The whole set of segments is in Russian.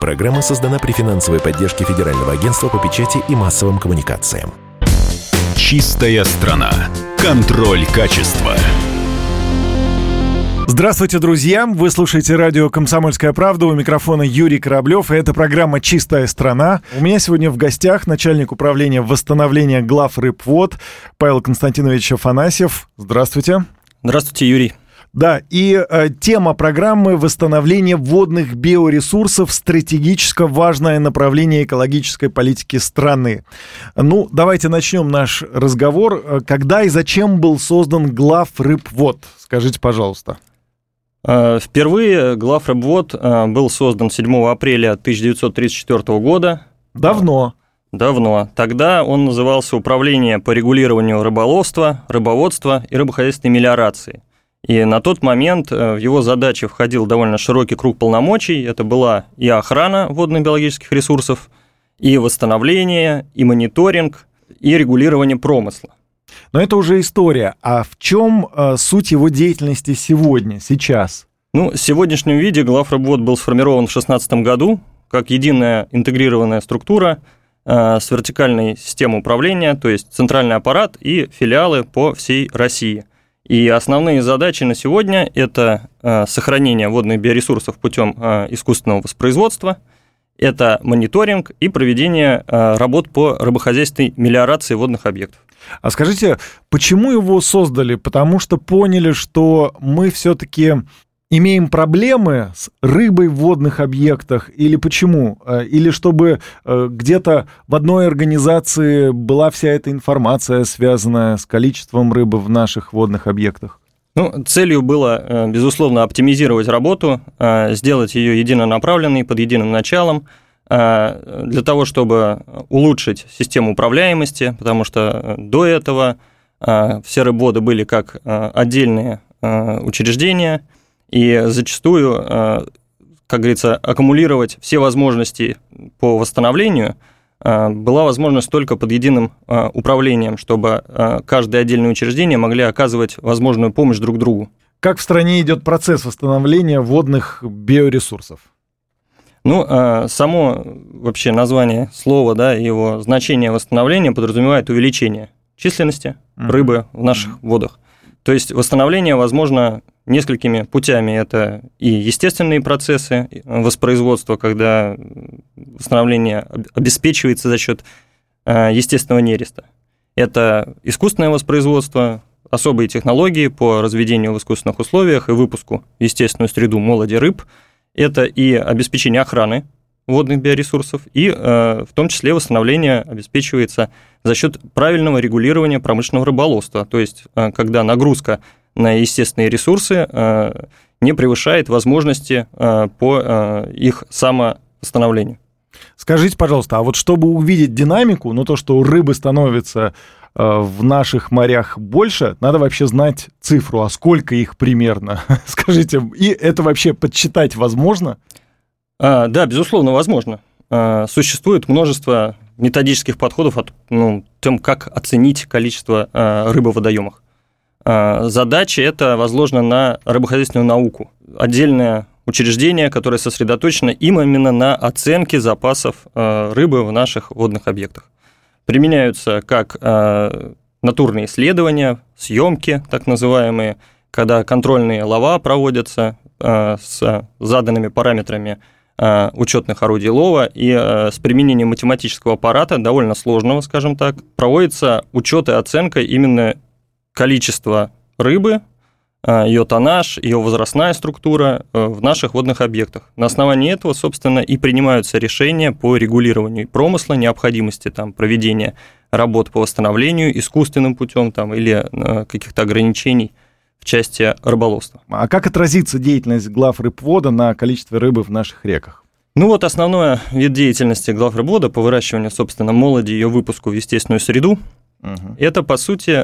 Программа создана при финансовой поддержке Федерального агентства по печати и массовым коммуникациям. Чистая страна. Контроль качества. Здравствуйте, друзья! Вы слушаете радио «Комсомольская правда». У микрофона Юрий Кораблев, и это программа «Чистая страна». У меня сегодня в гостях начальник управления восстановления Главрыбвод Павел Константинович Афанасьев. Здравствуйте. Здравствуйте, Юрий. Да, и тема программы «Восстановление водных биоресурсов. Стратегически важное направление экологической политики страны». Ну, давайте начнем наш разговор. Когда и зачем был создан Главрыбвод? Скажите, пожалуйста. Впервые Главрыбвод был создан 7 апреля 1934 года. Давно. Тогда он назывался Управление по регулированию рыболовства, рыбоводства и рыбохозяйственной мелиорации. И на тот момент в его задачи входил довольно широкий круг полномочий. Это была и охрана водно-биологических ресурсов, и восстановление, и мониторинг, и регулирование промысла. Но это уже история. А в чем суть его деятельности сегодня, сейчас? В сегодняшнем виде Главрыбвод был сформирован в 2016 году как единая интегрированная структура с вертикальной системой управления, то есть центральный аппарат и филиалы по всей России. И основные задачи на сегодня – это сохранение водных биоресурсов путем искусственного воспроизводства, это мониторинг и проведение работ по рыбохозяйственной мелиорации водных объектов. А скажите, почему его создали? Потому что поняли, что мы все-таки имеем проблемы с рыбой в водных объектах, или почему? Или чтобы где-то в одной организации была вся эта информация, связанная с количеством рыбы в наших водных объектах? Целью было, безусловно, оптимизировать работу, сделать ее единонаправленной, под единым началом, для того, чтобы улучшить систему управляемости, потому что до этого все рыбоводы были как отдельные учреждения, и зачастую, как говорится, аккумулировать все возможности по восстановлению была возможность только под единым управлением, чтобы каждое отдельное учреждение могли оказывать возможную помощь друг другу. Как в стране идет процесс восстановления водных биоресурсов? Само вообще название слова, да, его значение восстановления подразумевает увеличение численности рыбы в наших водах. То есть восстановление возможно несколькими путями. Это и естественные процессы воспроизводства, когда восстановление обеспечивается за счет естественного нереста. Это искусственное воспроизводство, особые технологии по разведению в искусственных условиях и выпуску в естественную среду молоди рыб. Это и обеспечение охраны водных биоресурсов, и в том числе восстановление обеспечивается за счет правильного регулирования промышленного рыболовства, то есть когда нагрузка на естественные ресурсы не превышает возможности по их самовосстановлению. Скажите, пожалуйста, а вот чтобы увидеть динамику, то, что рыбы становится в наших морях больше, надо вообще знать цифру, а сколько их примерно? Скажите, и это вообще подсчитать возможно? Да, безусловно, возможно. Существует множество методических подходов о том, как оценить количество рыбы в водоемах. Задача эта возложена на рыбохозяйственную науку. Отдельное учреждение, которое сосредоточено именно на оценке запасов рыбы в наших водных объектах. Применяются как натурные исследования, съемки, так называемые, когда контрольные лова проводятся с заданными параметрами учетных орудий лова, и с применением математического аппарата, довольно сложного, скажем так, проводится учет и оценка именно количества рыбы, ее тоннаж, ее возрастная структура в наших водных объектах. На основании этого, собственно, и принимаются решения по регулированию промысла, необходимости проведения работ по восстановлению искусственным путем или каких-то ограничений в части рыболовства. А как отразится деятельность Главрыбвода на количестве рыбы в наших реках? Основной вид деятельности Главрыбвода по выращиванию, собственно, молоди и ее выпуску в естественную среду, это, по сути,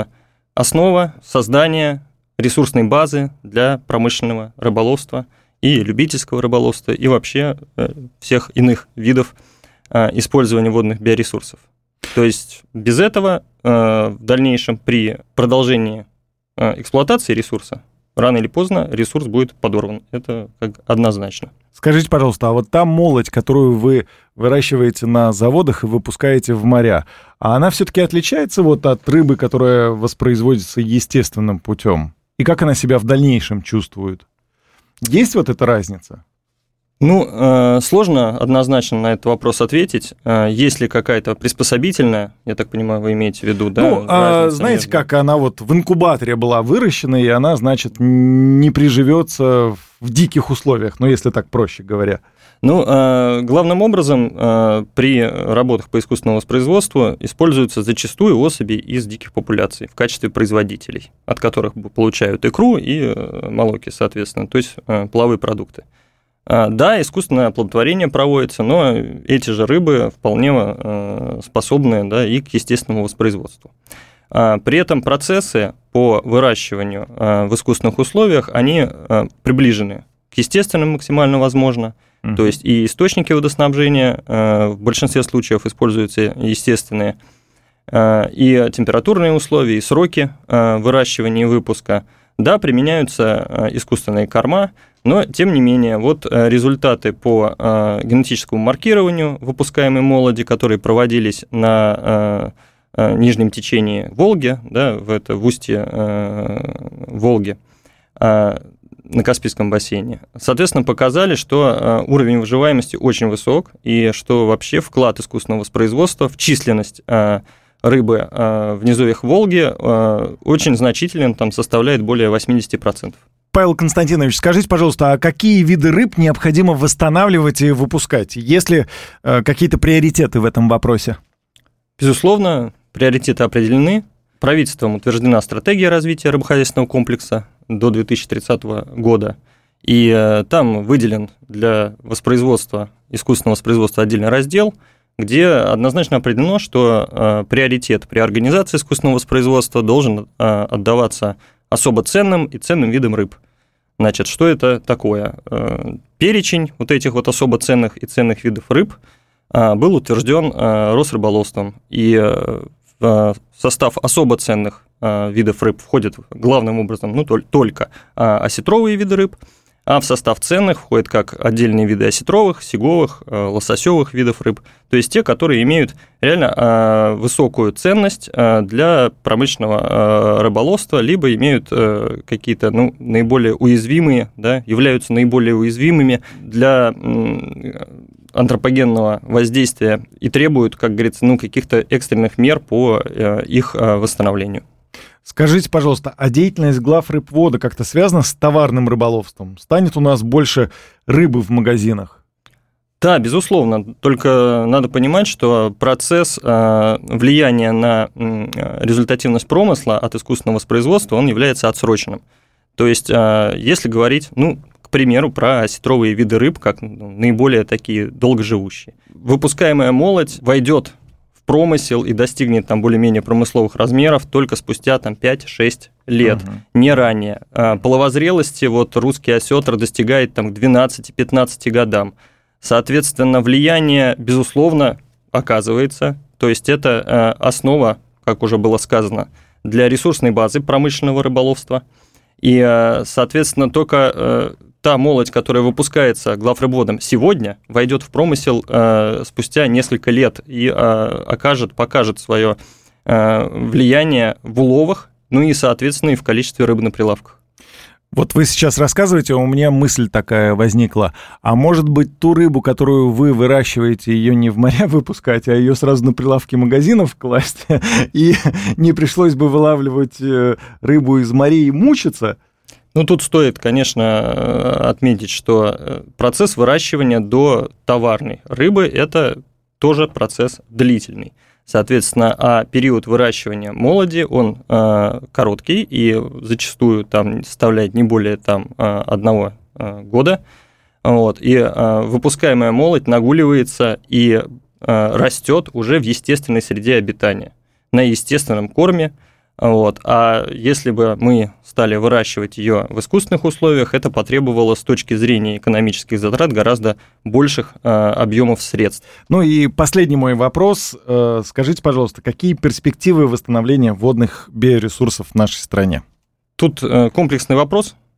основа создания ресурсной базы для промышленного рыболовства и любительского рыболовства, и вообще всех иных видов использования водных биоресурсов. То есть без этого в дальнейшем при продолжении эксплуатации ресурса рано или поздно ресурс будет подорван. Это как однозначно. Скажите, пожалуйста, а вот та молоть, которую вы выращиваете на заводах и выпускаете в моря, а она все-таки отличается вот от рыбы, которая воспроизводится естественным путем? И как она себя в дальнейшем чувствует? Есть вот эта разница? Ну, сложно однозначно на этот вопрос ответить. Есть ли какая-то приспособительная, я так понимаю, вы имеете в виду, да? Ну, знаете, между... как она вот в инкубаторе была выращена, и она, значит, не приживется в диких условиях, ну, если так проще говоря. Ну, главным образом при работах по искусственному воспроизводству используются зачастую особи из диких популяций в качестве производителей, от которых получают икру и молоки, соответственно, то есть половые продукты. Да, искусственное оплодотворение проводится, но эти же рыбы вполне способны, да, и к естественному воспроизводству. При этом процессы по выращиванию в искусственных условиях, они приближены к естественным максимально возможно. То есть и источники водоснабжения в большинстве случаев используются естественные, и температурные условия, и сроки выращивания и выпуска. Да, применяются искусственные корма, но, тем не менее, вот результаты по генетическому маркированию выпускаемой молоди, которые проводились на нижнем течении Волги, да, в устье Волги, на Каспийском бассейне, соответственно, показали, что уровень выживаемости очень высок, и что вообще вклад искусственного воспроизводства в численность рыбы в низовьях Волги очень значителен, там составляет более 80%. Павел Константинович, скажите, пожалуйста, а какие виды рыб необходимо восстанавливать и выпускать? Есть ли какие-то приоритеты в этом вопросе? Безусловно, приоритеты определены. Правительством утверждена стратегия развития рыбохозяйственного комплекса до 2030 года, и там выделен для воспроизводства, искусственного воспроизводства отдельный раздел, где однозначно определено, что приоритет при организации искусственного воспроизводства должен отдаваться особо ценным и ценным видам рыб. Значит, что это такое? Перечень вот этих вот особо ценных и ценных видов рыб был утвержден Росрыболовством, и в состав особо ценных видов рыб входят главным образом только осетровые виды рыб, а в состав ценных входят как отдельные виды осетровых, сиговых, лососевых видов рыб, то есть те, которые имеют реально высокую ценность для промышленного рыболовства, либо имеют какие-то наиболее уязвимые, да, являются наиболее уязвимыми для антропогенного воздействия и требуют, как говорится, каких-то экстренных мер по их восстановлению. Скажите, пожалуйста, а деятельность глав рыбвода как-то связана с товарным рыболовством? Станет у нас больше рыбы в магазинах? Да, безусловно. Только надо понимать, что процесс влияния на результативность промысла от искусственного воспроизводства, он является отсроченным. То есть, если говорить, к примеру, про осетровые виды рыб, как наиболее такие долгоживущие, выпускаемая молоть войдет промысел и достигнет там более-менее промысловых размеров только спустя 5-6 лет, не ранее. Половозрелости русский осетр достигает к 12-15 годам. Соответственно, влияние, безусловно, оказывается, то есть это основа, как уже было сказано, для ресурсной базы промышленного рыболовства. И, соответственно, только та молоть, которая выпускается главрыбводом сегодня, войдет в промысел спустя несколько лет и покажет свое влияние в уловах, и, соответственно, и в количестве рыбы на прилавках. Вот вы сейчас рассказываете, у меня мысль такая возникла. А может быть, ту рыбу, которую вы выращиваете, ее не в моря выпускать, а ее сразу на прилавки магазинов класть, и не пришлось бы вылавливать рыбу из морей и мучиться? Тут стоит, конечно, отметить, что процесс выращивания до товарной рыбы – это тоже процесс длительный. Соответственно, а период выращивания молоди, он короткий и зачастую составляет не более 1 года. И выпускаемая молодь нагуливается и растет уже в естественной среде обитания, на естественном корме. А если бы мы стали выращивать ее в искусственных условиях, это потребовало с точки зрения экономических затрат гораздо больших объемов средств. И последний мой вопрос. Скажите, пожалуйста, какие перспективы восстановления водных биоресурсов в нашей стране? Тут комплексный вопрос.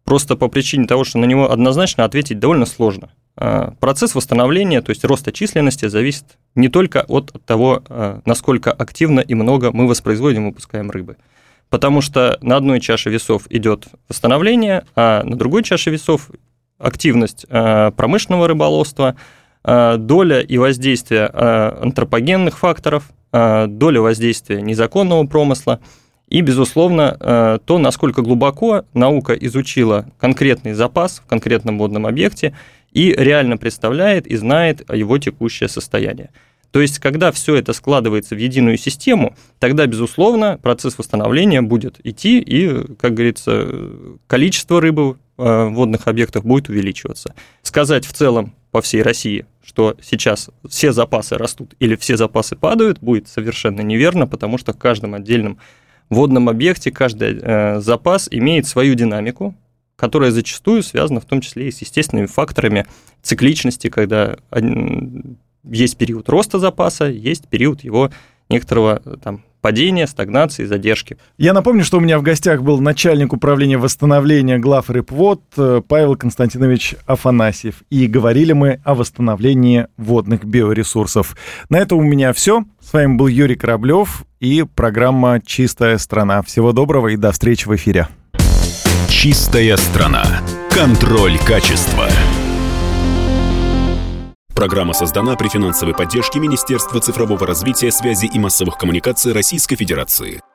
просто по причине того, что на него однозначно ответить довольно сложно. Процесс восстановления, то есть роста численности, зависит не только от того, насколько активно и много мы воспроизводим и выпускаем рыбы. Потому что на одной чаше весов идет восстановление, а на другой чаше весов активность промышленного рыболовства, доля и воздействие антропогенных факторов, доля воздействия незаконного промысла и, безусловно, то, насколько глубоко наука изучила конкретный запас в конкретном водном объекте и реально представляет и знает его текущее состояние. То есть, когда все это складывается в единую систему, тогда, безусловно, процесс восстановления будет идти, и, как говорится, количество рыбы в водных объектах будет увеличиваться. Сказать в целом по всей России, что сейчас все запасы растут или все запасы падают, будет совершенно неверно, потому что в каждом отдельном водном объекте каждый запас имеет свою динамику, которая зачастую связана в том числе и с естественными факторами цикличности, когда есть период роста запаса, есть период его некоторого там падения, стагнации, задержки. Я напомню, что у меня в гостях был начальник управления восстановления главрыбвод Павел Константинович Афанасьев. И говорили мы о восстановлении водных биоресурсов. На этом у меня все. С вами был Юрий Кораблев и программа «Чистая страна». Всего доброго и до встречи в эфире. Чистая страна. Контроль качества. Программа создана при финансовой поддержке Министерства цифрового развития, связи и массовых коммуникаций Российской Федерации.